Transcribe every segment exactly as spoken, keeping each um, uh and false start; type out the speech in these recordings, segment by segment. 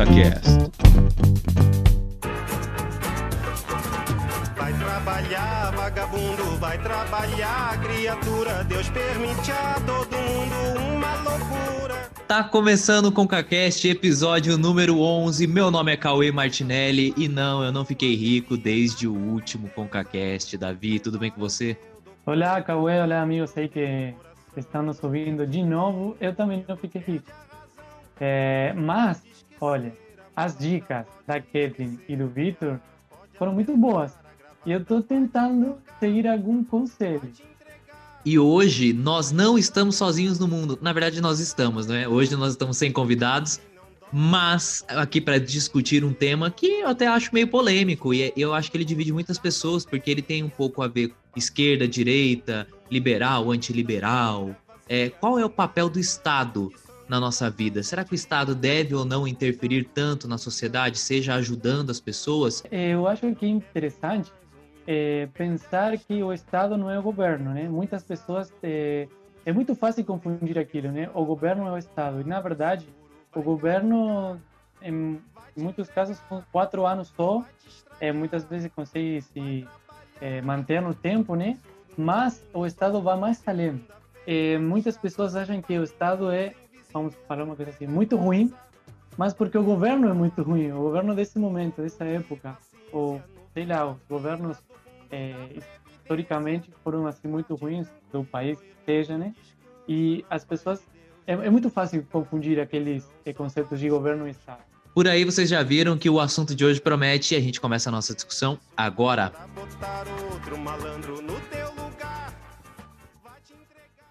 ConcaCast. Vai trabalhar, vagabundo, vai trabalhar, criatura, Deus permite a todo mundo uma loucura. Tá começando o ConcaCast, episódio número onze. Meu nome é Cauê Martinelli e não, eu não fiquei rico desde o último ConcaCast. Davi, tudo bem com você? Olá, Cauê, olá, amigos aí que estão nos ouvindo de novo. Eu também não fiquei rico. É, mas, olha, as dicas da Kevin e do Victor foram muito boas. E eu tô tentando seguir algum conselho. E hoje nós não estamos sozinhos no mundo. Na verdade, nós estamos, né? Hoje nós estamos sem convidados, mas aqui para discutir um tema que eu até acho meio polêmico. E eu acho que ele divide muitas pessoas, porque ele tem um pouco a ver com esquerda, direita, liberal, antiliberal. É, qual é o papel do Estado na nossa vida? Será que o Estado deve ou não interferir tanto na sociedade, seja ajudando as pessoas? Eu acho que é interessante é, pensar que o Estado não é o governo, né? Muitas pessoas... É, é muito fácil confundir aquilo, né? O governo é o Estado. E, na verdade, o governo, em muitos casos, com quatro anos só, é, muitas vezes consegue se é, manter no tempo, né? Mas o Estado vai mais além. É, muitas pessoas acham que o Estado é, vamos falar uma coisa assim, muito ruim, mas porque o governo é muito ruim. O governo desse momento, dessa época, ou sei lá, os governos é, historicamente foram assim muito ruins do país que seja, né? E as pessoas é, é muito fácil confundir aqueles é, conceitos de governo e Estado. Por aí vocês já viram que o assunto de hoje promete e a gente começa a nossa discussão agora. Pra botar outro malandro no teu lugar, vai te entregar.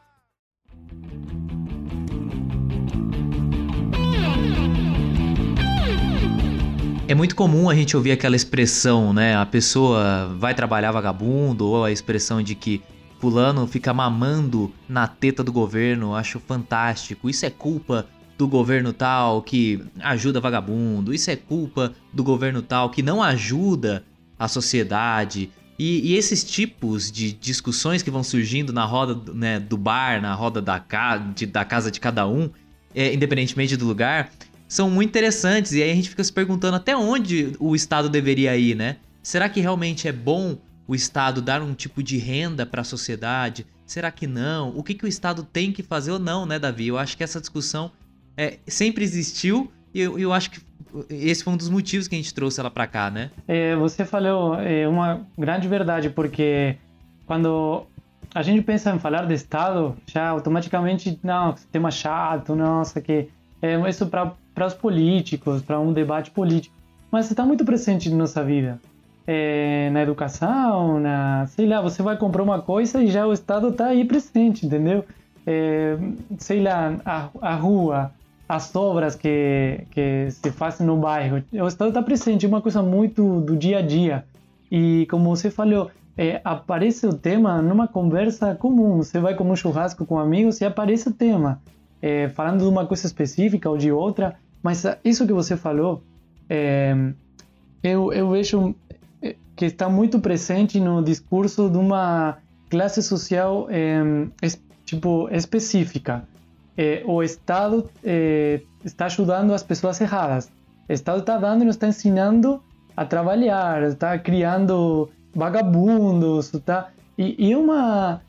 É muito comum a gente ouvir aquela expressão, né? A pessoa vai trabalhar vagabundo, ou a expressão de que fulano fica mamando na teta do governo. Acho fantástico. Isso é culpa do governo tal que ajuda vagabundo. Isso é culpa do governo tal que não ajuda a sociedade. E, e esses tipos de discussões que vão surgindo na roda, né, do bar, na roda da, ca- de, da casa de cada um, é, independentemente do lugar, são muito interessantes. E aí a gente fica se perguntando até onde o Estado deveria ir, né? Será que realmente é bom o Estado dar um tipo de renda para a sociedade? Será que não? O que, que o Estado tem que fazer ou não, né, Davi? Eu acho que essa discussão é, sempre existiu e eu, eu acho que esse foi um dos motivos que a gente trouxe ela para cá, né? É, você falou é, uma grande verdade, porque quando a gente pensa em falar de Estado, já automaticamente, não, tema chato, nossa, que é isso para para os políticos, para um debate político. Mas está muito presente na nossa vida. É, na educação, na, sei lá, você vai comprar uma coisa e já o Estado está aí presente, entendeu? É, sei lá, a, a rua, as obras que, que se fazem no bairro, o Estado está presente, é uma coisa muito do dia a dia. E como você falou, é, aparece o tema numa conversa comum. Você vai comer um churrasco com amigos e aparece o tema. É, falando de uma coisa específica ou de outra, mas isso que você falou, é, eu, eu vejo que está muito presente no discurso de uma classe social é, es, tipo, específica. É, o Estado é, está ajudando as pessoas erradas. O Estado está dando e nos está ensinando a trabalhar, está criando vagabundos, tá? E, e uma...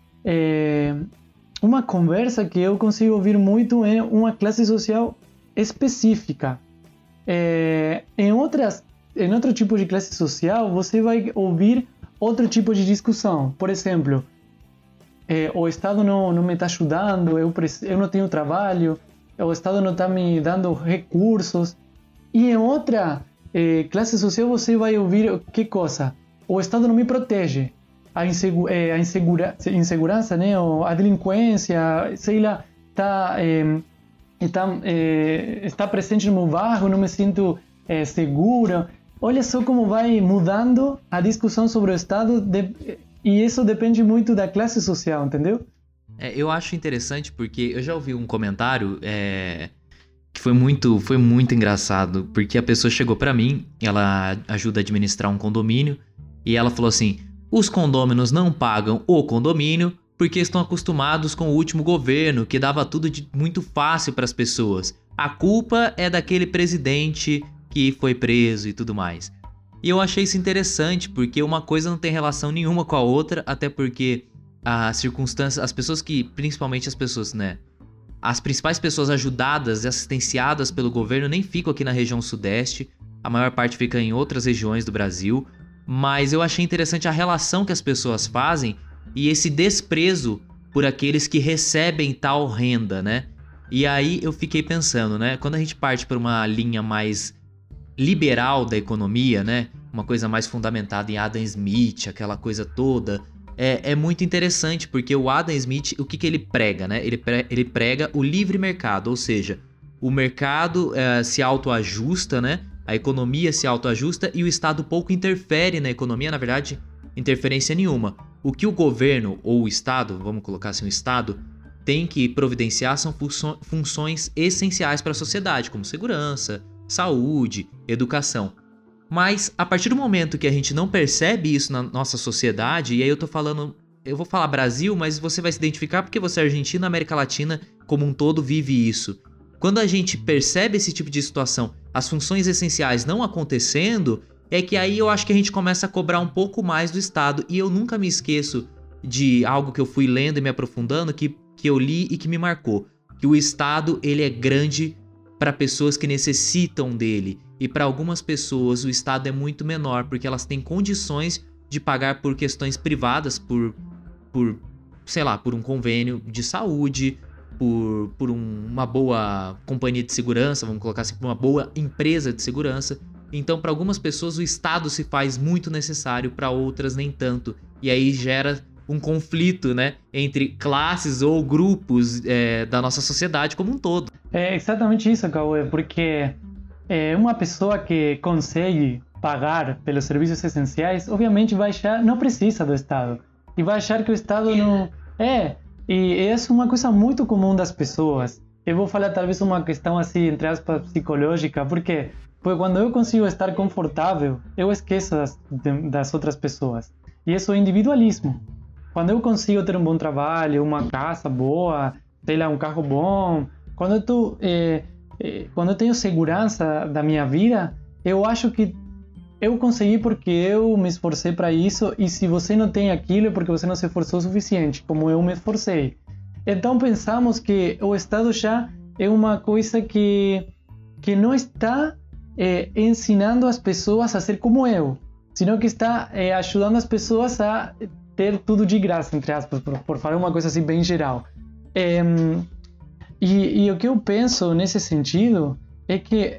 É, Uma conversa que eu consigo ouvir muito é uma classe social específica. É, em, outras, em outro tipo de classe social, você vai ouvir outro tipo de discussão. Por exemplo, é, o Estado não, não me está ajudando, eu, eu não tenho trabalho, o Estado não está me dando recursos. E em outra é, classe social, você vai ouvir que coisa? O Estado não me protege. A, insegu a insegura insegurança, né? Ou a delinquência, sei lá, tá, é, está, é, está presente no meu bairro, não me sinto é, seguro. Olha só como vai mudando a discussão sobre o Estado de, e isso depende muito da classe social, entendeu? É, eu acho interessante porque eu já ouvi um comentário é, que foi muito, foi muito engraçado, porque a pessoa chegou pra mim, ela ajuda a administrar um condomínio, e ela falou assim: os condôminos não pagam o condomínio porque estão acostumados com o último governo, que dava tudo de muito fácil para as pessoas. a culpa é daquele presidente que foi preso e tudo mais. E eu achei isso interessante, porque uma coisa não tem relação nenhuma com a outra, até porque as circunstâncias, as pessoas que, principalmente as pessoas, né, as principais pessoas ajudadas e assistenciadas pelo governo nem ficam aqui na região sudeste, a maior parte fica em outras regiões do Brasil, mas eu achei interessante a relação que as pessoas fazem e esse desprezo por aqueles que recebem tal renda, né? E aí eu fiquei pensando, né, quando a gente parte para uma linha mais liberal da economia, né, uma coisa mais fundamentada em Adam Smith, aquela coisa toda, É, é muito interessante, porque o Adam Smith, o que, que ele prega, né? Ele, pre, ele prega o livre mercado, ou seja, o mercado é, se autoajusta, né? A economia se autoajusta e o Estado pouco interfere na economia, na verdade, interferência nenhuma. O que o governo ou o Estado, vamos colocar assim, o Estado, tem que providenciar são funço- funções essenciais para a sociedade, como segurança, saúde, educação. Mas a partir do momento que a gente não percebe isso na nossa sociedade, e aí eu tô falando, eu vou falar Brasil, mas você vai se identificar porque você é argentino, a América Latina como um todo vive isso. Quando a gente percebe esse tipo de situação, as funções essenciais não acontecendo, é que aí eu acho que a gente começa a cobrar um pouco mais do Estado. E eu nunca me esqueço de algo que eu fui lendo e me aprofundando, que, que eu li e que me marcou. Que o Estado, ele é grande para pessoas que necessitam dele. E para algumas pessoas o Estado é muito menor, porque elas têm condições de pagar por questões privadas, por, por sei lá, por um convênio de saúde, por, por um, uma boa companhia de segurança, vamos colocar assim, por uma boa empresa de segurança. Então, para algumas pessoas o Estado se faz muito necessário, para outras nem tanto. E aí gera um conflito, né, entre classes ou grupos é, da nossa sociedade como um todo. É exatamente isso, Cauê, porque é, uma pessoa que consegue pagar pelos serviços essenciais, obviamente vai achar, não precisa do Estado. E vai achar que o Estado não... É, e essa é uma coisa muito comum das pessoas. Eu vou falar talvez uma questão assim, entre aspas, psicológica, porque, porque quando eu consigo estar confortável, eu esqueço das, das outras pessoas. E isso é individualismo. Quando eu consigo ter um bom trabalho, uma casa boa, sei lá, um carro bom, quando eu, tô, é, é, quando eu tenho segurança da minha vida, eu acho que eu consegui porque eu me esforcei para isso, e se você não tem aquilo é porque você não se esforçou o suficiente, como eu me esforcei. Então pensamos que o Estado já é uma coisa que, que não está é, ensinando as pessoas a ser como eu, sino que está é, ajudando as pessoas a ter tudo de graça, entre aspas, por, por falar uma coisa assim bem geral. É, e, e o que eu penso nesse sentido é que,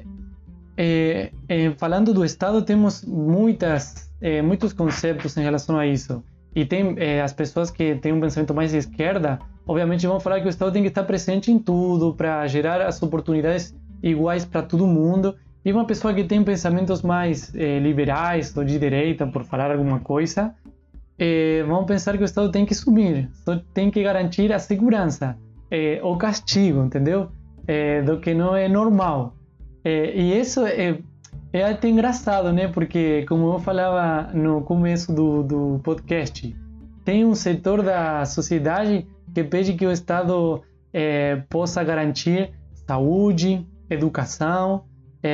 é, é, falando do Estado, temos muitas, é, muitos conceitos em relação a isso. E tem é, as pessoas que têm um pensamento mais de esquerda, obviamente vão falar que o Estado tem que estar presente em tudo para gerar as oportunidades iguais para todo mundo. E uma pessoa que tem pensamentos mais é, liberais ou de direita, por falar alguma coisa, é, vão pensar que o Estado tem que sumir, só tem que garantir a segurança, é, o castigo, entendeu? É, do que não é normal. É, e isso é, é até engraçado, né? Porque, como eu falava no começo do, do podcast, tem um setor da sociedade que pede que o Estado é, possa garantir saúde, educação,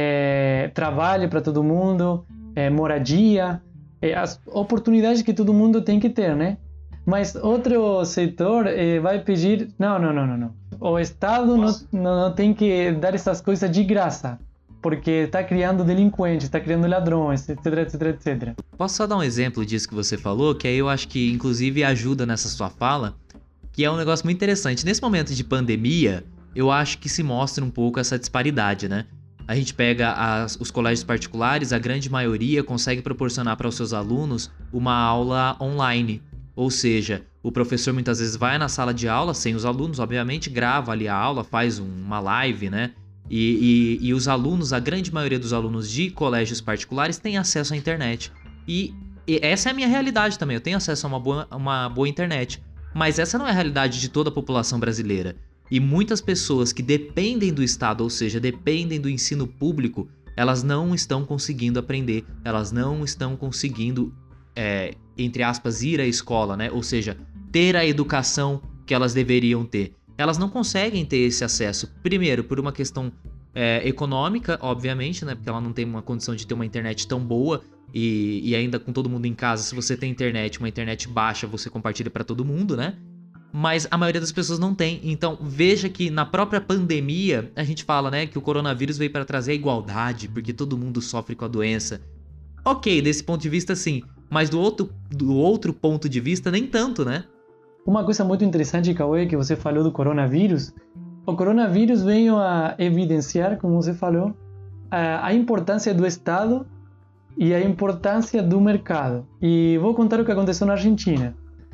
é, trabalho para todo mundo, é, moradia, é, as oportunidades que todo mundo tem que ter, né? Mas outro setor é, vai pedir, não, não, não, não, não. O Estado não, não tem que dar essas coisas de graça, porque está criando delinquentes, está criando ladrões, etc, etc, etcétera. Posso só dar um exemplo disso que você falou, que aí eu acho que inclusive ajuda nessa sua fala, que é um negócio muito interessante. Nesse momento de pandemia, eu acho que se mostra um pouco essa disparidade, né? A gente pega as, os colégios particulares, a grande maioria consegue proporcionar para os seus alunos uma aula online. Ou seja, o professor muitas vezes vai na sala de aula, sem os alunos, obviamente, grava ali a aula, faz um, uma live, né? E, e, e os alunos, a grande maioria dos alunos de colégios particulares tem acesso à internet. E, e essa é a minha realidade também, eu tenho acesso a uma boa, uma boa internet. Mas essa não é a realidade de toda a população brasileira. E muitas pessoas que dependem do Estado, ou seja, dependem do ensino público, elas não estão conseguindo aprender, elas não estão conseguindo, é, entre aspas, ir à escola, né? Ou seja, ter a educação que elas deveriam ter. Elas não conseguem ter esse acesso, primeiro, por uma questão é, econômica, obviamente, né? Porque ela não tem uma condição de ter uma internet tão boa e, e ainda com todo mundo em casa, se você tem internet, uma internet baixa, você compartilha para todo mundo, né? Mas a maioria das pessoas não tem. Então, veja que na própria pandemia, a gente fala, né, que o coronavírus veio para trazer a igualdade, porque todo mundo sofre com a doença. Ok, desse ponto de vista sim, mas do outro, do outro ponto de vista, nem tanto, né? Uma coisa muito interessante, Cauê, que você falou do coronavírus. O coronavírus veio a evidenciar, como você falou, a, a importância do Estado e a importância do mercado. E vou contar o que aconteceu na Argentina.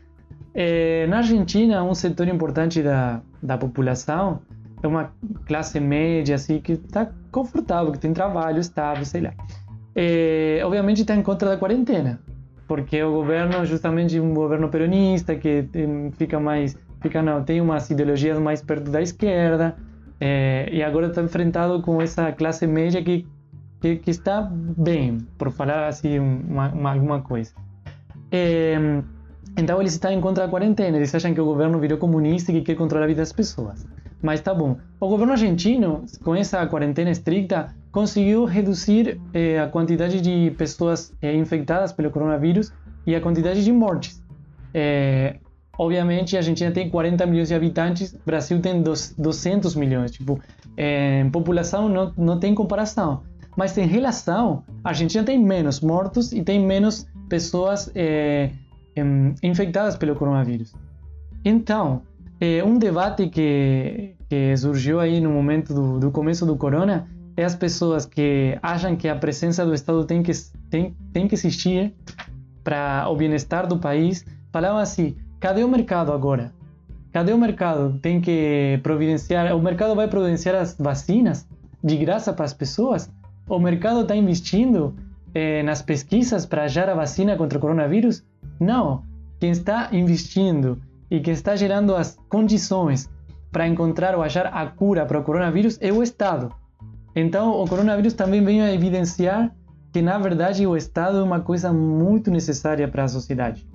É, na Argentina, um setor importante da, da população é uma classe média, assim, que está confortável, que tem trabalho estável, sei lá. É, obviamente está em contra da quarentena, porque o governo, justamente um governo peronista, que tem, fica mais, fica, não, tem umas ideologias mais perto da esquerda, é, e agora está enfrentado com essa classe média que, que, que está bem, por falar assim uma, uma, alguma coisa. É, Então eles estão em contra da quarentena, eles acham que o governo virou comunista e que quer controlar a vida das pessoas. Mas tá bom. O governo argentino, com essa quarentena estricta, conseguiu reduzir eh, a quantidade de pessoas eh, infectadas pelo coronavírus e a quantidade de mortes. Eh, obviamente a Argentina tem quarenta milhões de habitantes, o Brasil tem duzentos milhões. Tipo, eh, em população não, não tem comparação. Mas em relação, a Argentina tem menos mortos e tem menos pessoas eh, infectadas pelo coronavírus. Então, é, um debate que, que surgiu aí no momento do, do começo do corona é as pessoas que acham que a presença do Estado tem que, tem, tem que existir para o bem-estar do país, falavam assim, cadê o mercado agora? Cadê o mercado? Tem que providenciar, o mercado vai providenciar as vacinas de graça para as pessoas? O mercado está investindo eh, nas pesquisas para achar a vacina contra o coronavírus? Não, quem está investindo e que está gerando as condições para encontrar ou achar a cura para o coronavírus é o Estado. Então, o coronavírus também veio a evidenciar que, na verdade, o Estado é uma coisa muito necessária para a sociedade.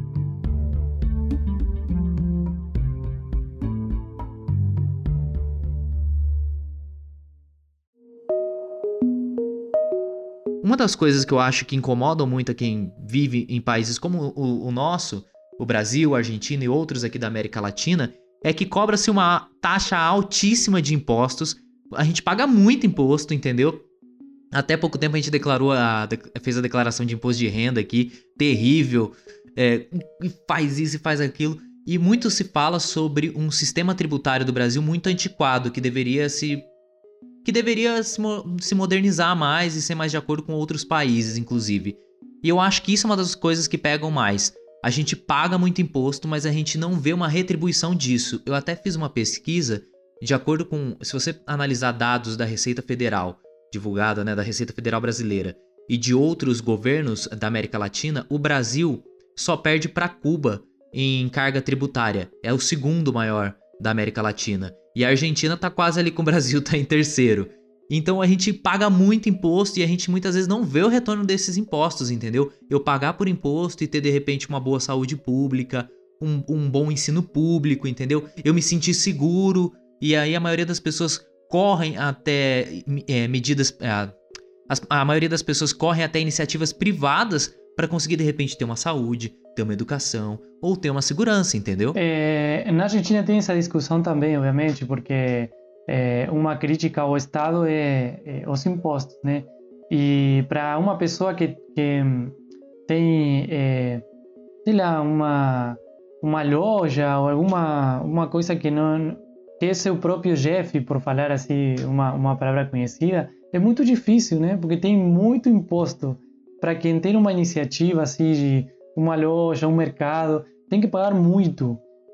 Uma das coisas que eu acho que incomodam muito a quem vive em países como o, o nosso, o Brasil, a Argentina e outros aqui da América Latina, é que cobra-se uma taxa altíssima de impostos. A gente paga muito imposto, entendeu? Até pouco tempo a gente declarou a, fez a declaração de imposto de renda aqui, terrível, é, e faz isso e faz aquilo. E muito se fala sobre um sistema tributário do Brasil muito antiquado, que deveria se... que deveria se, se modernizar mais e ser mais de acordo com outros países, inclusive. E eu acho que isso é uma das coisas que pegam mais. A gente paga muito imposto, mas a gente não vê uma retribuição disso. Eu até fiz uma pesquisa, de acordo com... se você analisar dados da Receita Federal, divulgada, né, da Receita Federal Brasileira, e de outros governos da América Latina, o Brasil só perde para Cuba em carga tributária. É o segundo maior da América Latina. E a Argentina tá quase ali com o Brasil, tá em terceiro. Então a gente paga muito imposto e a gente muitas vezes não vê o retorno desses impostos, entendeu? Eu pagar por imposto e ter de repente uma boa saúde pública, um, um bom ensino público, entendeu? Eu me sentir seguro e aí a maioria das pessoas correm até é, medidas... É, a, a maioria das pessoas correm até iniciativas privadas para conseguir de repente ter uma saúde, ter uma educação ou ter uma segurança, entendeu? É, na Argentina tem essa discussão também, obviamente, porque é, uma crítica ao Estado é, é os impostos, né? E para uma pessoa que, que tem, é, sei lá, uma, uma loja ou alguma uma coisa que não que é seu próprio chefe, por falar assim uma, uma palavra conhecida, é muito difícil, né? Porque tem muito imposto. Para quem tem uma iniciativa assim de uma loja, um mercado, tem que pagar muito.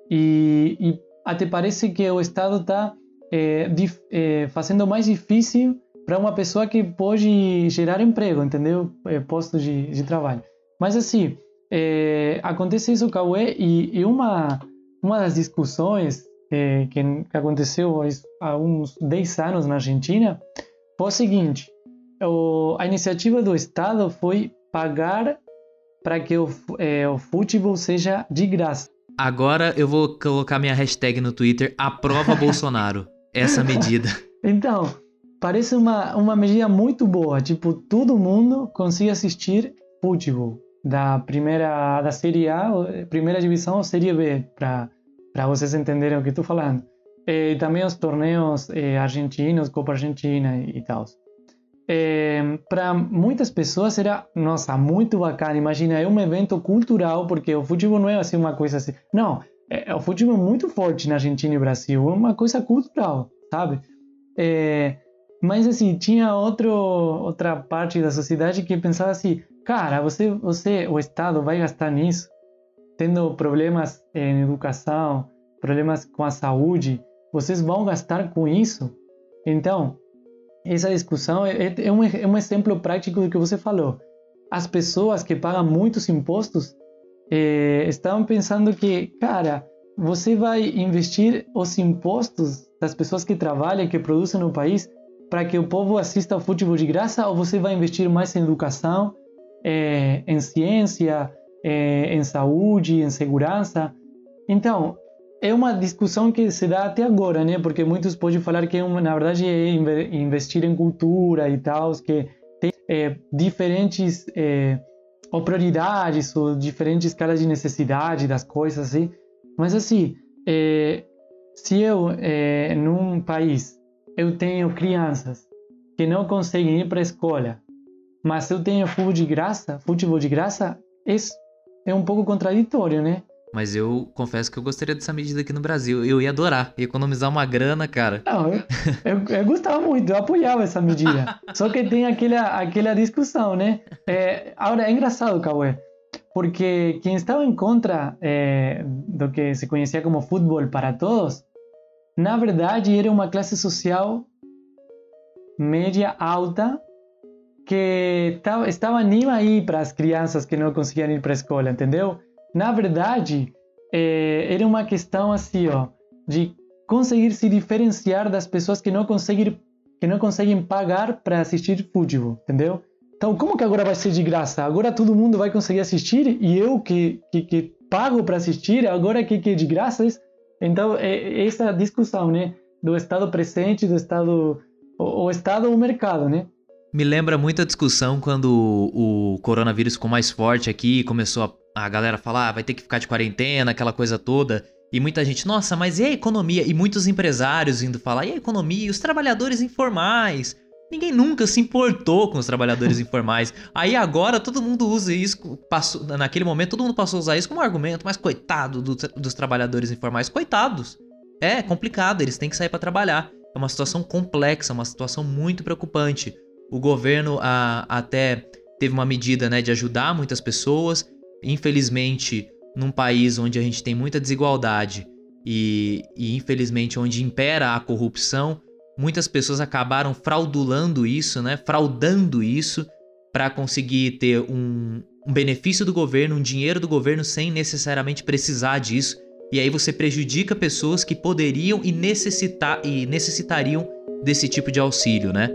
E, e até parece que o Estado está é, é, fazendo mais difícil para uma pessoa que pode gerar emprego, entendeu? É, postos de, de trabalho. Mas assim, é, acontece isso, Cauê, e, e uma, uma das discussões é, que, que aconteceu há uns dez anos na Argentina foi o seguinte: o, a iniciativa do Estado foi pagar para que o, é, o futebol seja de graça. Agora eu vou colocar minha hashtag no Twitter, aprova Bolsonaro, essa medida. Então, parece uma, uma medida muito boa. Tipo, todo mundo consegue assistir futebol da primeira, da Série A, primeira divisão ou Série B, para para vocês entenderem o que estou falando. E também os torneios eh, argentinos, Copa Argentina e, e tal. É, para muitas pessoas era, nossa, muito bacana. Imagina, é um evento cultural, porque o futebol não é assim uma coisa assim. Não, é, o futebol é muito forte na Argentina e Brasil, é uma coisa cultural, sabe? É, mas assim, tinha outro, outra parte da sociedade que pensava assim, cara, você, você, o Estado vai gastar nisso, tendo problemas em educação, problemas com a saúde, vocês vão gastar com isso? Então, essa discussão é, é, um, é um exemplo prático do que você falou. As pessoas que pagam muitos impostos é, estavam pensando que, cara, você vai investir os impostos das pessoas que trabalham, que produzem no país, para que o povo assista ao futebol de graça, ou você vai investir mais em educação, é, em ciência, é, em saúde, em segurança? Então, é uma discussão que se dá até agora, né? Porque muitos podem falar que, na verdade, é investir em cultura e tal, que tem é, diferentes é, ou prioridades ou diferentes escalas de necessidade das coisas, assim. Mas, assim, é, se eu, é, num país, eu tenho crianças que não conseguem ir para a escola, mas eu tenho futebol de graça, futebol de graça, isso é um pouco contraditório, né? Mas eu confesso que eu gostaria dessa medida aqui no Brasil. Eu ia adorar, ia economizar uma grana, cara. Não, eu, eu, eu gostava muito, eu apoiava essa medida. Só que tem aquela, aquela discussão, né? É, agora, é engraçado, Cauê, porque quem estava em contra é, do que se conhecia como futebol para todos, na verdade era uma classe social média alta que tava, estava nem aí para as crianças que não conseguiam ir para a escola, entendeu? Na verdade, é, era uma questão assim, ó, de conseguir se diferenciar das pessoas que não conseguem, que não conseguem pagar para assistir futebol, entendeu? Então, como que agora vai ser de graça? Agora todo mundo vai conseguir assistir e eu que, que, que pago para assistir, agora que, que é de graça? Então, é essa discussão, né? Do Estado presente, do Estado... O, o Estado ou o mercado, né? Me lembra muito a discussão quando o, o coronavírus ficou mais forte aqui, começou a a galera fala, ah, vai ter que ficar de quarentena, aquela coisa toda. E muita gente, nossa, mas e a economia? E muitos empresários indo falar, e a economia? E os trabalhadores informais? Ninguém nunca se importou com os trabalhadores informais. Aí agora todo mundo usa isso, passou, naquele momento todo mundo passou a usar isso como argumento, mas coitado do, dos trabalhadores informais, coitados. É complicado, eles têm que sair para trabalhar. É uma situação complexa, uma situação muito preocupante. O governo a, até teve uma medida, né, de ajudar muitas pessoas. Infelizmente, num país onde a gente tem muita desigualdade e, e infelizmente onde impera a corrupção, muitas pessoas acabaram fraudulando isso, né? Fraudando isso para conseguir ter um, um benefício do governo, um dinheiro do governo sem necessariamente precisar disso. E aí você prejudica pessoas que poderiam e, necessitar, e necessitariam desse tipo de auxílio, né?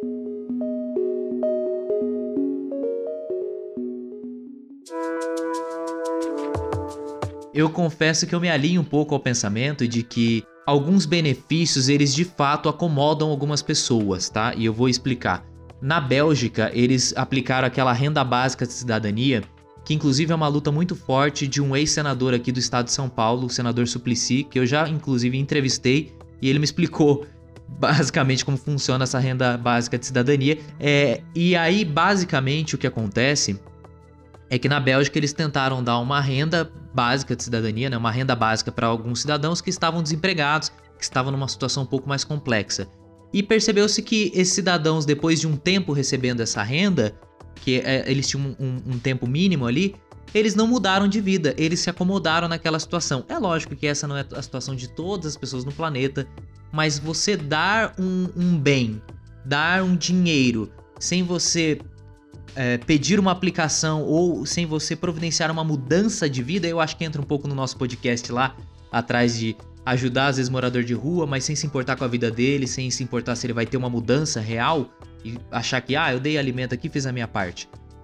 Eu confesso que eu me alinho um pouco ao pensamento de que alguns benefícios, eles de fato acomodam algumas pessoas, tá? E eu vou explicar. Na Bélgica, eles aplicaram aquela renda básica de cidadania, que inclusive é uma luta muito forte de um ex-senador aqui do estado de São Paulo, o senador Suplicy, que eu já inclusive entrevistei, e ele me explicou basicamente como funciona essa renda básica de cidadania. É, e aí, basicamente, o que acontece é que na Bélgica eles tentaram dar uma renda básica de cidadania, né, uma renda básica para alguns cidadãos que estavam desempregados, que estavam numa situação um pouco mais complexa. E percebeu-se que esses cidadãos, depois de um tempo recebendo essa renda, que é, eles tinham um, um, um tempo mínimo ali, eles não mudaram de vida, eles se acomodaram naquela situação. É lógico que essa não é a situação de todas as pessoas no planeta, mas você dar um, um bem, dar um dinheiro, sem você é, pedir uma aplicação ou sem você providenciar uma mudança de vida, eu acho que entra um pouco no nosso podcast lá, atrás de ajudar às vezes morador de rua, mas sem se importar com a vida dele, sem se importar se ele vai ter uma mudança real e achar que, ah, eu dei alimento aqui, fiz a minha parte.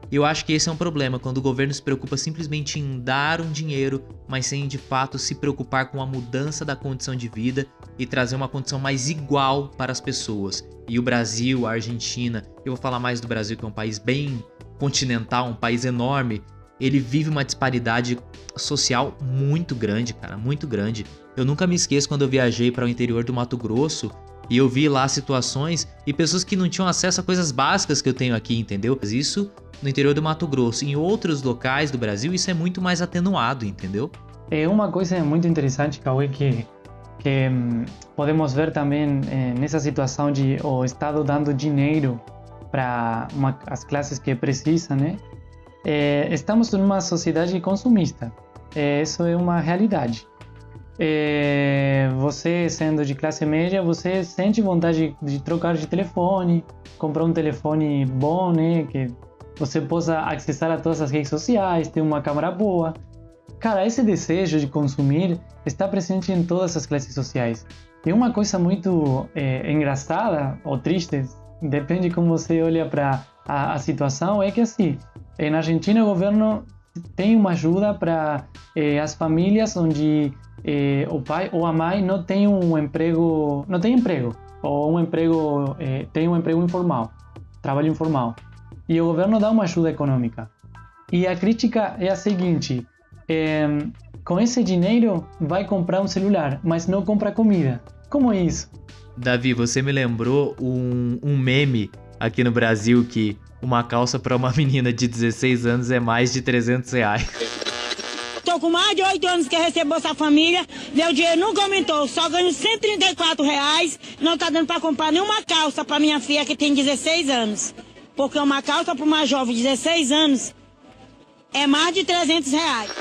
E eu acho que esse é um problema, quando o governo se preocupa simplesmente em dar um dinheiro, mas sem de fato se preocupar com a mudança da condição de vida e trazer uma condição mais igual para as pessoas. E o Brasil, a Argentina, eu vou falar mais do Brasil, que é um país bem continental, um país enorme, ele vive uma disparidade social muito grande, cara, muito grande. Eu nunca me esqueço quando eu viajei para o interior do Mato Grosso e eu vi lá situações e pessoas que não tinham acesso a coisas básicas que eu tenho aqui, entendeu? Isso no interior do Mato Grosso. Em outros locais do Brasil, isso é muito mais atenuado, entendeu? É uma coisa muito interessante, Cauê, que, que hum, podemos ver também eh, nessa situação de o Estado dando dinheiro para as classes que precisam, né? É, estamos numa sociedade consumista, é, isso é uma realidade. É, você sendo de classe média, você sente vontade de, de trocar de telefone, comprar um telefone bom, né, que você possa acessar a todas as redes sociais, ter uma câmera boa. Cara, esse desejo de consumir está presente em todas as classes sociais. E uma coisa muito é, engraçada ou triste, depende de como você olha para a, a situação, é que assim, na Argentina o governo tem uma ajuda para eh, as famílias onde eh, o pai ou a mãe não tem um emprego, não tem emprego, ou um emprego, eh, tem um emprego informal, trabalho informal. E o governo dá uma ajuda econômica. E a crítica é a seguinte, eh, com esse dinheiro vai comprar um celular, mas não compra comida. Como é isso? Davi, você me lembrou um, um meme aqui no Brasil que uma calça para uma menina de dezesseis anos é mais de trezentos reais. Tô com mais de oito anos que recebo Bolsa Família, meu dinheiro nunca aumentou, só ganho cento e trinta e quatro reais, não tá dando para comprar nenhuma calça para minha filha que tem dezesseis anos. Porque uma calça para uma jovem de dezesseis anos é mais de trezentos reais.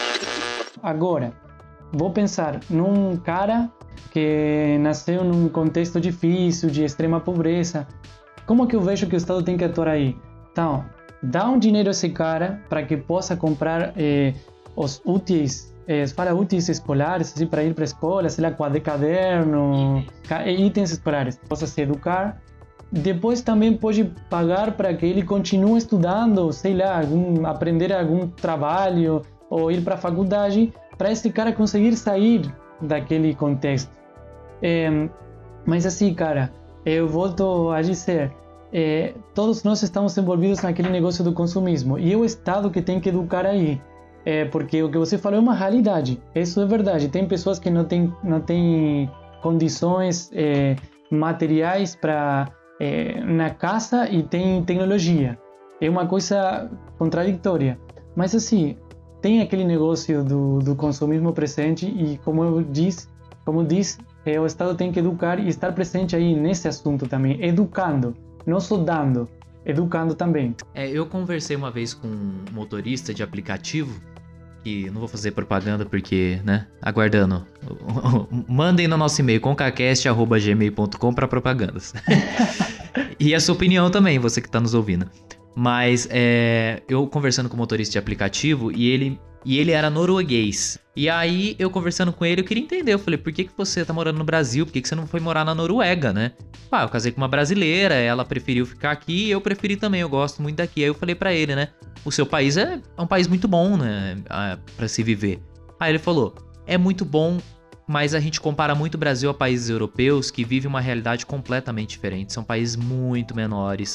Agora, vou pensar num cara que nasceu num contexto difícil, de extrema pobreza. Como que eu vejo que o Estado tem que atuar aí? Então, dá um dinheiro a esse cara para que possa comprar eh, os úteis, eh, para úteis escolares, assim, para ir para a escola, sei lá, caderno, itens escolares, possa se educar. Depois também pode pagar para que ele continue estudando, sei lá, algum, aprender algum trabalho ou ir para a faculdade, para esse cara conseguir sair daquele contexto. É, mas assim, cara, eu volto a dizer, é, todos nós estamos envolvidos naquele negócio do consumismo e é o Estado que tem que educar aí, é, porque o que você falou é uma realidade, isso é verdade. Tem pessoas que não têm não têm condições é, materiais para é, na casa e tem tecnologia, é uma coisa contraditória, mas assim, tem aquele negócio do, do consumismo presente e como eu disse, como disse, é, o Estado tem que educar e estar presente aí nesse assunto também, educando, não só dando, educando também. É, eu conversei uma vez com um motorista de aplicativo, que não vou fazer propaganda porque, né, aguardando, mandem no nosso e-mail concacast arroba gmail ponto com para propagandas. E a sua opinião também, você que está nos ouvindo. Mas é, eu conversando com o motorista de aplicativo e ele, e ele era norueguês. E aí eu conversando com ele, eu queria entender. Eu falei, por que, que você tá morando no Brasil? Por que, que você não foi morar na Noruega, né? Ah, eu casei com uma brasileira, ela preferiu ficar aqui e eu preferi também, eu gosto muito daqui. Aí eu falei pra ele, né? O seu país é, é um país muito bom, né? Pra se viver. Aí ele falou, é muito bom, mas a gente compara muito o Brasil a países europeus que vivem uma realidade completamente diferente. São países muito menores.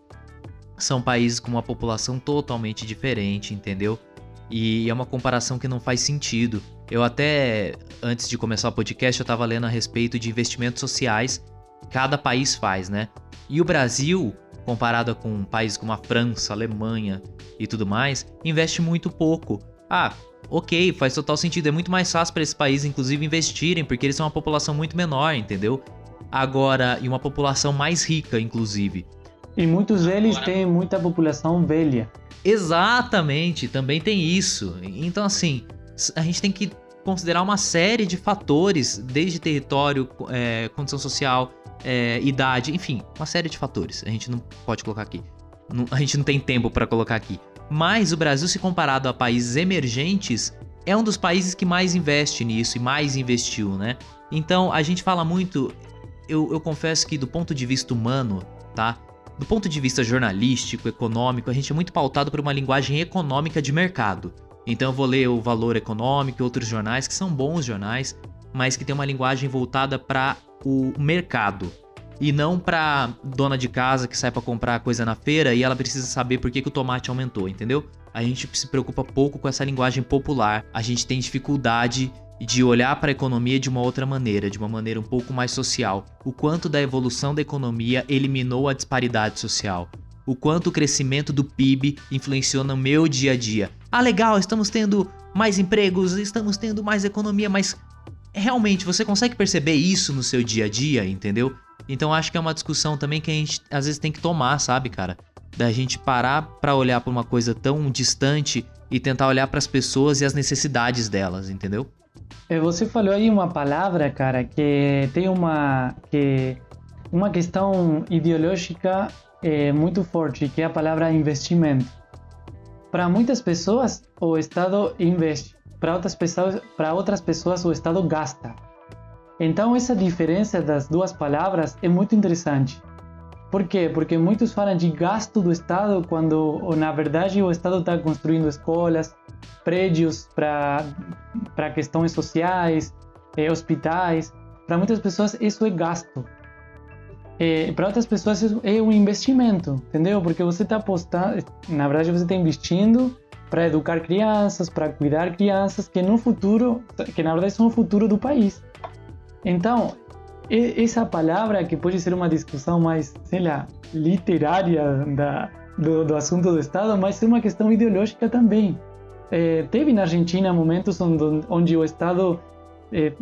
São países com uma população totalmente diferente, entendeu? E é uma comparação que não faz sentido. Eu até, antes de começar o podcast, eu estava lendo a respeito de investimentos sociais que cada país faz, né? E o Brasil, comparado com países como a França, a Alemanha e tudo mais, investe muito pouco. Ah, ok, faz total sentido. É muito mais fácil para esses países, inclusive, investirem, porque eles são uma população muito menor, entendeu? Agora, e uma população mais rica, inclusive. E muitos deles têm muita população velha. Exatamente, também tem isso. Então, assim, a gente tem que considerar uma série de fatores, desde território, é, condição social, é, idade, enfim, uma série de fatores. A gente não pode colocar aqui. Não, a gente não tem tempo para colocar aqui. Mas o Brasil, se comparado a países emergentes, é um dos países que mais investe nisso e mais investiu, né? Então, a gente fala muito... Eu, eu confesso que, do ponto de vista humano, tá? do ponto de vista jornalístico, econômico, a gente é muito pautado por uma linguagem econômica de mercado. Então eu vou ler o Valor Econômico e outros jornais que são bons jornais, mas que tem uma linguagem voltada para o mercado. E não para dona de casa que sai para comprar coisa na feira e ela precisa saber por que, que o tomate aumentou, entendeu? A gente se preocupa pouco com essa linguagem popular. A gente tem dificuldade de olhar para a economia de uma outra maneira, de uma maneira um pouco mais social. O quanto da evolução da economia eliminou a disparidade social. O quanto o crescimento do P I B influenciou no meu dia a dia. Ah, legal, estamos tendo mais empregos, estamos tendo mais economia, mas realmente você consegue perceber isso no seu dia a dia, entendeu? Então acho que é uma discussão também que a gente às vezes tem que tomar, sabe, cara? Da gente parar pra olhar pra uma coisa tão distante e tentar olhar pras pessoas e as necessidades delas, entendeu? Você falou aí uma palavra, cara, que tem uma, que, uma questão ideológica é, muito forte, que é a palavra investimento. Para muitas pessoas, o Estado investe. Para outras pessoas, para outras pessoas, o Estado gasta. Então, essa diferença das duas palavras é muito interessante. Por quê? Porque muitos falam de gasto do Estado quando, na verdade, o Estado está construindo escolas, prédios para para questões sociais, eh, hospitais. Para muitas pessoas, isso é gasto. Eh, para outras pessoas, isso é um investimento, entendeu? Porque você está apostando, na verdade, você está investindo para educar crianças, para cuidar crianças, que no futuro, que na verdade são o futuro do país. Então, essa palavra, que pode ser uma discussão mais, sei lá, literária da, do, do assunto do Estado, mas é uma questão ideológica também. É, teve na Argentina momentos onde, onde o Estado é,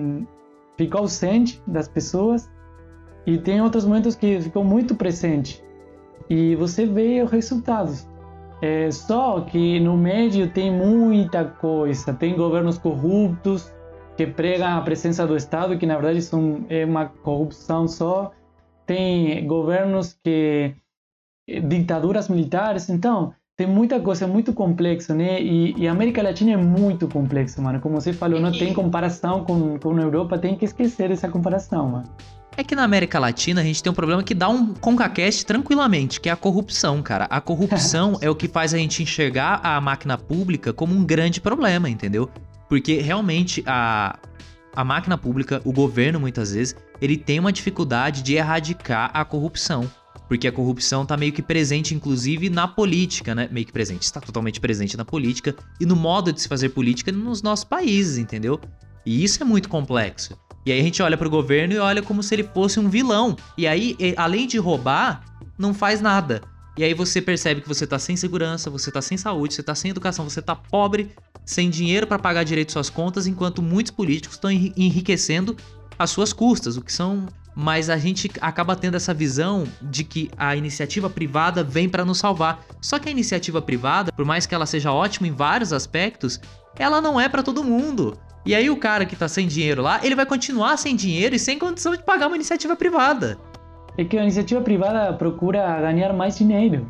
ficou ausente das pessoas, e tem outros momentos que ficou muito presente. E você vê os resultados. É, só que no meio tem muita coisa, tem governos corruptos, que pregam a presença do Estado, que na verdade são, é uma corrupção só. Tem governos que... ditaduras militares. Então, tem muita coisa, é muito complexo, né? E, e a América Latina é muito complexa, mano. Como você falou, não tem comparação com, com a Europa, tem que esquecer essa comparação, mano. É que na América Latina a gente tem um problema que dá um CONCACAST tranquilamente, que é a corrupção, cara. A corrupção é o que faz a gente enxergar a máquina pública como um grande problema, entendeu? Porque realmente a, a máquina pública, o governo muitas vezes, ele tem uma dificuldade de erradicar a corrupção. Porque a corrupção está meio que presente, inclusive, na política, né? Meio que presente, está totalmente presente na política e no modo de se fazer política nos nossos países, entendeu? E isso é muito complexo. E aí a gente olha pro governo e olha como se ele fosse um vilão. E aí, além de roubar, não faz nada. E aí você percebe que você tá sem segurança, você tá sem saúde, você tá sem educação, você tá pobre, sem dinheiro para pagar direito suas contas, enquanto muitos políticos estão enriquecendo às suas custas, o que são... Mas a gente acaba tendo essa visão de que a iniciativa privada vem para nos salvar. Só que a iniciativa privada, por mais que ela seja ótima em vários aspectos, ela não é para todo mundo. E aí o cara que tá sem dinheiro lá, ele vai continuar sem dinheiro e sem condição de pagar uma iniciativa privada. É que a iniciativa privada procura ganhar mais dinheiro.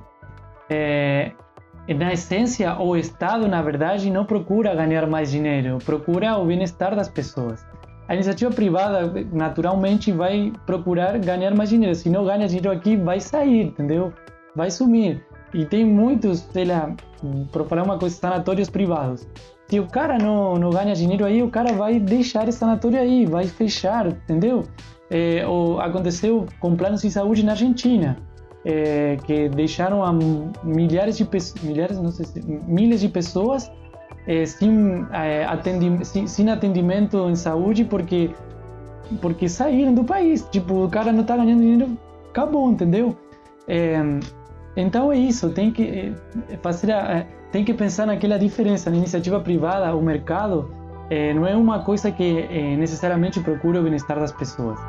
É, na essência, o Estado, na verdade, não procura ganhar mais dinheiro, procura o bem-estar das pessoas. A iniciativa privada, naturalmente, vai procurar ganhar mais dinheiro. Se não ganha dinheiro aqui, vai sair, entendeu? Vai sumir. E tem muitos, sei lá, para falar uma coisa, sanatórios privados. Se o cara não, não ganha dinheiro aí, o cara vai deixar esse sanatório aí, vai fechar, entendeu? É, ou aconteceu com planos de saúde na Argentina, é, que deixaram a milhares de pessoas, milhares, não sei se, milhares de pessoas é, sem, é, atendi, sem, sem atendimento em saúde porque, porque saíram do país. Tipo, o cara não está ganhando dinheiro, acabou, entendeu? É, então é isso, tem que fazer a, tem que pensar naquela diferença. Na iniciativa privada, o mercado é, não é uma coisa que é, necessariamente procura o bem-estar das pessoas.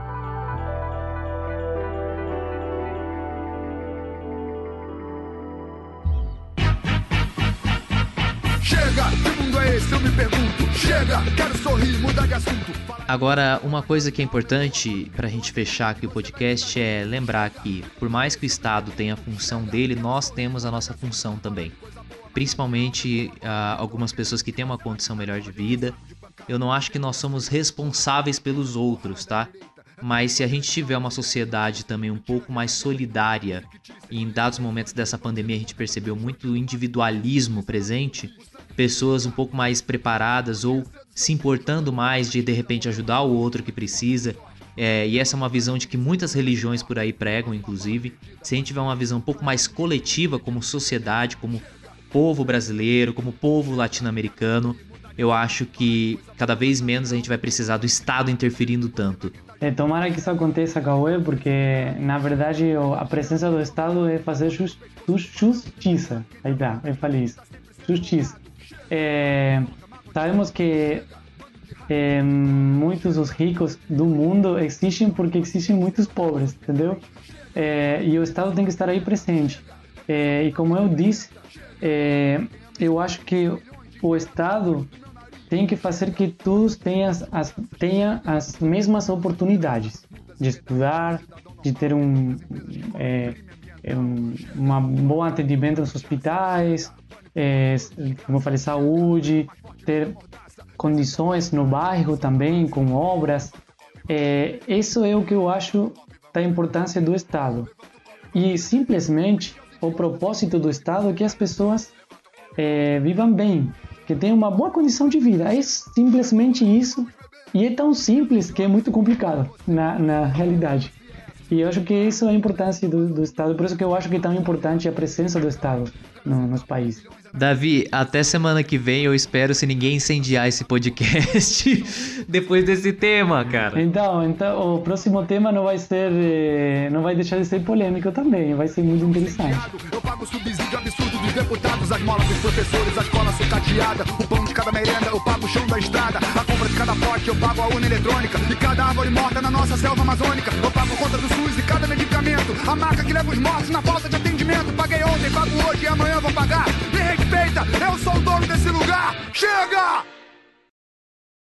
Chega, que mundo é esse? Eu me pergunto. Chega, quero sorrir, mudar de assunto. Agora, uma coisa que é importante pra gente fechar aqui o podcast é lembrar que, por mais que o Estado tenha a função dele, nós temos a nossa função também. Principalmente uh, algumas pessoas que têm uma condição melhor de vida. Eu não acho que nós somos responsáveis pelos outros, tá? mas se a gente tiver uma sociedade também um pouco mais solidária, e em dados momentos dessa pandemia a gente percebeu muito individualismo presente, pessoas um pouco mais preparadas ou se importando mais de de repente ajudar o outro que precisa, é, e essa é uma visão de que muitas religiões por aí pregam, inclusive. Se a gente tiver uma visão um pouco mais coletiva como sociedade, como povo brasileiro, como povo latino-americano, eu acho que cada vez menos a gente vai precisar do Estado interferindo tanto. É, tomara que isso aconteça, Cauê, porque na verdade a presença do Estado é fazer just, justiça. Aí dá, eu falei isso. Justiça. É, sabemos que é, muitos dos ricos do mundo existem porque existem muitos pobres, entendeu? É, e o Estado tem que estar aí presente. É, e como eu disse, é, eu acho que o Estado tem que fazer que todos tenham as, tenham as mesmas oportunidades de estudar, de ter um, é, um uma bom atendimento nos hospitais, é, como eu falei, saúde, ter condições no bairro também, com obras. É, isso é o que eu acho da importância do Estado. E simplesmente o propósito do Estado é que as pessoas é, vivam bem, que tenham uma boa condição de vida. É simplesmente isso. E é tão simples que é muito complicado na, na realidade. E eu acho que isso é a importância do, do Estado. Por isso que eu acho que é tão importante a presença do Estado no, nos países. Davi, até semana que vem eu espero, se ninguém incendiar esse podcast depois desse tema, cara. Então, então, o próximo tema não vai ser, não vai deixar de ser polêmico também, vai ser muito interessante. Eu pago o subsídio absurdo dos deputados, as molas dos professores, a escola sucateada, o pão de cada merenda, eu pago o chão da estrada, a compra de cada pote, eu pago a urna eletrônica, e cada árvore morta na nossa selva amazônica, eu pago a conta do SUS e cada medicamento, a marca que leva os mortos na falta de atendimento, paguei ontem, pago hoje e amanhã vou pagar. Me respeita, eu sou o dono desse lugar. Chega!